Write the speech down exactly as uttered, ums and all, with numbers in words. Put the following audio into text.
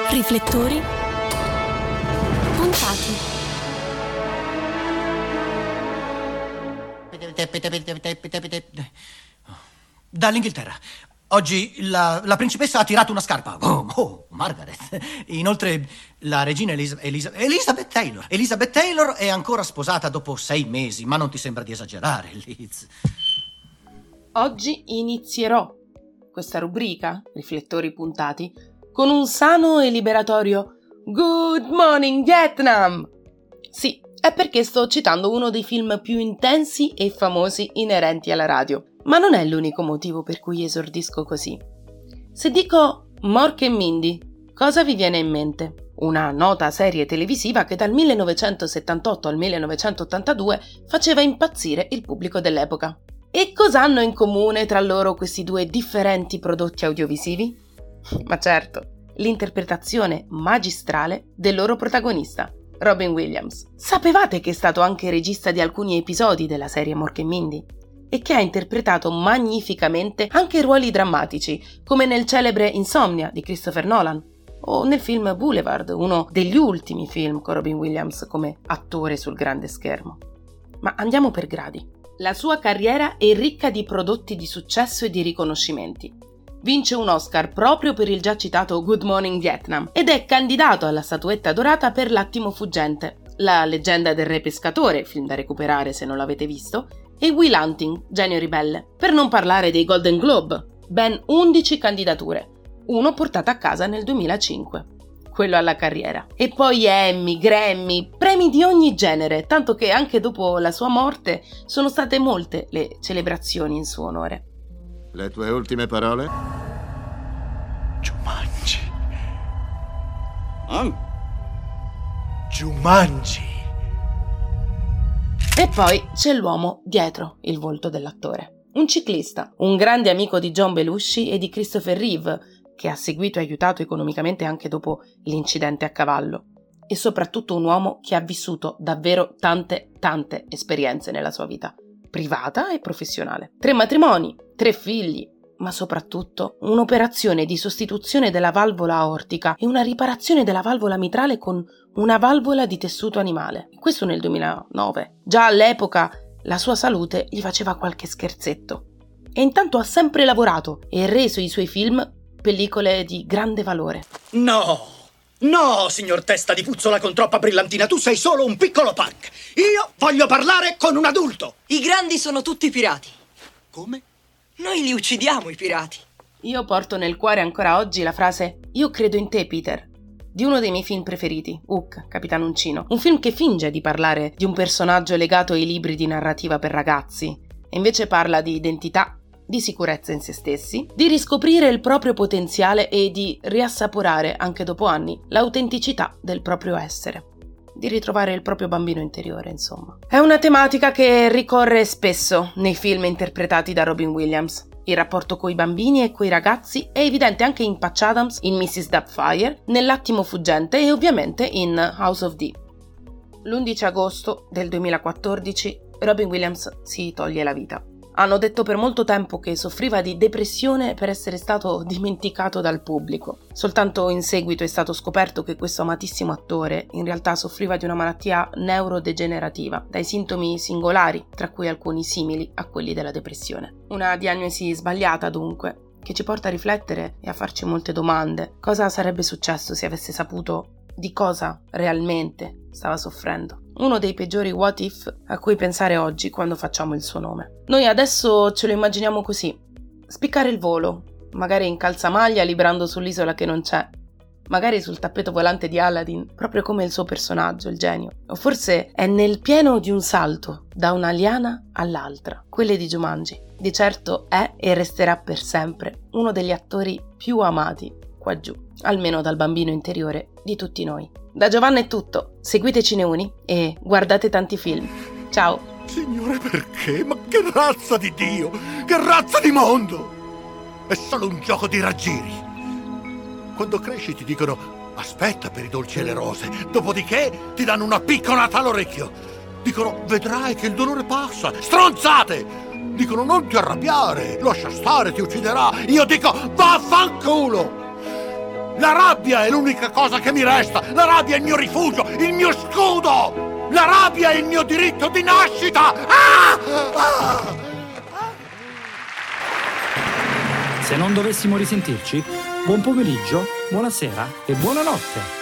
Riflettori puntati. Dall'Inghilterra. Oggi la, la principessa ha tirato una scarpa. Oh, oh, Margaret. Inoltre la regina Elisa, Elisa, Elizabeth Taylor. Elizabeth Taylor è ancora sposata dopo sei mesi, ma non ti sembra di esagerare, Liz? Oggi inizierò questa rubrica, Riflettori puntati, con un sano e liberatorio Good Morning Vietnam! Sì, è perché sto citando uno dei film più intensi e famosi inerenti alla radio. Ma non è l'unico motivo per cui esordisco così. Se dico Mork e Mindy, cosa vi viene in mente? Una nota serie televisiva che dal millenovecentosettantotto al millenovecentottantadue faceva impazzire il pubblico dell'epoca. E cosa hanno in comune tra loro questi due differenti prodotti audiovisivi? Ma certo, l'interpretazione magistrale del loro protagonista, Robin Williams. Sapevate che è stato anche regista di alcuni episodi della serie Mork e Mindy? E che ha interpretato magnificamente anche ruoli drammatici, come nel celebre Insomnia di Christopher Nolan, o nel film Boulevard, uno degli ultimi film con Robin Williams come attore sul grande schermo. Ma andiamo per gradi. La sua carriera è ricca di prodotti di successo e di riconoscimenti. Vince un Oscar proprio per il già citato Good Morning Vietnam ed è candidato alla statuetta dorata per L'attimo fuggente, La leggenda del re pescatore, film da recuperare se non l'avete visto, e Will Hunting, Genio ribelle, per non parlare dei Golden Globe, ben undici candidature, uno portato a casa nel duemilacinque, quello alla carriera. E poi Emmy, Grammy, premi di ogni genere, tanto che anche dopo la sua morte sono state molte le celebrazioni in suo onore. Le tue ultime parole? Jumanji. Ah. Jumanji. E poi c'è l'uomo dietro il volto dell'attore. Un ciclista, un grande amico di John Belushi e di Christopher Reeve, che ha seguito e aiutato economicamente anche dopo l'incidente a cavallo. E soprattutto un uomo che ha vissuto davvero tante, tante esperienze nella sua vita, privata e professionale. Tre matrimoni, tre figli, ma soprattutto un'operazione di sostituzione della valvola aortica e una riparazione della valvola mitrale con una valvola di tessuto animale. Questo nel duemilanove. Già all'epoca la sua salute gli faceva qualche scherzetto. E intanto ha sempre lavorato e reso i suoi film pellicole di grande valore. No! No, signor testa di puzzola con troppa brillantina, tu sei solo un piccolo punk. Io voglio parlare con un adulto. I grandi sono tutti pirati. Come? Noi li uccidiamo i pirati. Io porto nel cuore ancora oggi la frase "Io credo in te, Peter", di uno dei miei film preferiti, Hook, Capitano Uncino. Un film che finge di parlare di un personaggio legato ai libri di narrativa per ragazzi, e invece parla di identità, di sicurezza in se stessi, di riscoprire il proprio potenziale e di riassaporare, anche dopo anni, l'autenticità del proprio essere. Di ritrovare il proprio bambino interiore, insomma. È una tematica che ricorre spesso nei film interpretati da Robin Williams. Il rapporto coi bambini e coi ragazzi è evidente anche in Patch Adams, in missus Doubtfire, nell'attimo fuggente e ovviamente in House of D. L'undici agosto del duemilaquattordici Robin Williams si toglie la vita. Hanno detto per molto tempo che soffriva di depressione per essere stato dimenticato dal pubblico. Soltanto in seguito è stato scoperto che questo amatissimo attore in realtà soffriva di una malattia neurodegenerativa, dai sintomi singolari, tra cui alcuni simili a quelli della depressione. Una diagnosi sbagliata dunque, che ci porta a riflettere e a farci molte domande. Cosa sarebbe successo se avesse saputo di cosa realmente stava soffrendo? Uno dei peggiori what if a cui pensare oggi quando facciamo il suo nome. Noi adesso ce lo immaginiamo così: spiccare il volo, magari in calzamaglia librando sull'isola che non c'è, magari sul tappeto volante di Aladdin, proprio come il suo personaggio, il genio. O forse è nel pieno di un salto da una liana all'altra, quelle di Jumanji. Di certo è e resterà per sempre uno degli attori più amati qua giù, almeno dal bambino interiore di tutti noi. Da Giovanna è tutto, seguite Cineuni e guardate tanti film. Ciao! Signore, perché? Ma che razza di Dio! Che razza di mondo! È solo un gioco di raggiri. Quando cresci ti dicono aspetta per i dolci e le rose, dopodiché ti danno una picconata all'orecchio. Dicono vedrai che il dolore passa. Stronzate! Dicono non ti arrabbiare, lascia stare, ti ucciderà. Io dico vaffanculo! La rabbia è l'unica cosa che mi resta. La rabbia è il mio rifugio, il mio scudo. La rabbia è il mio diritto di nascita. Ah! Ah! Se non dovessimo risentirci, buon pomeriggio, buonasera e buonanotte.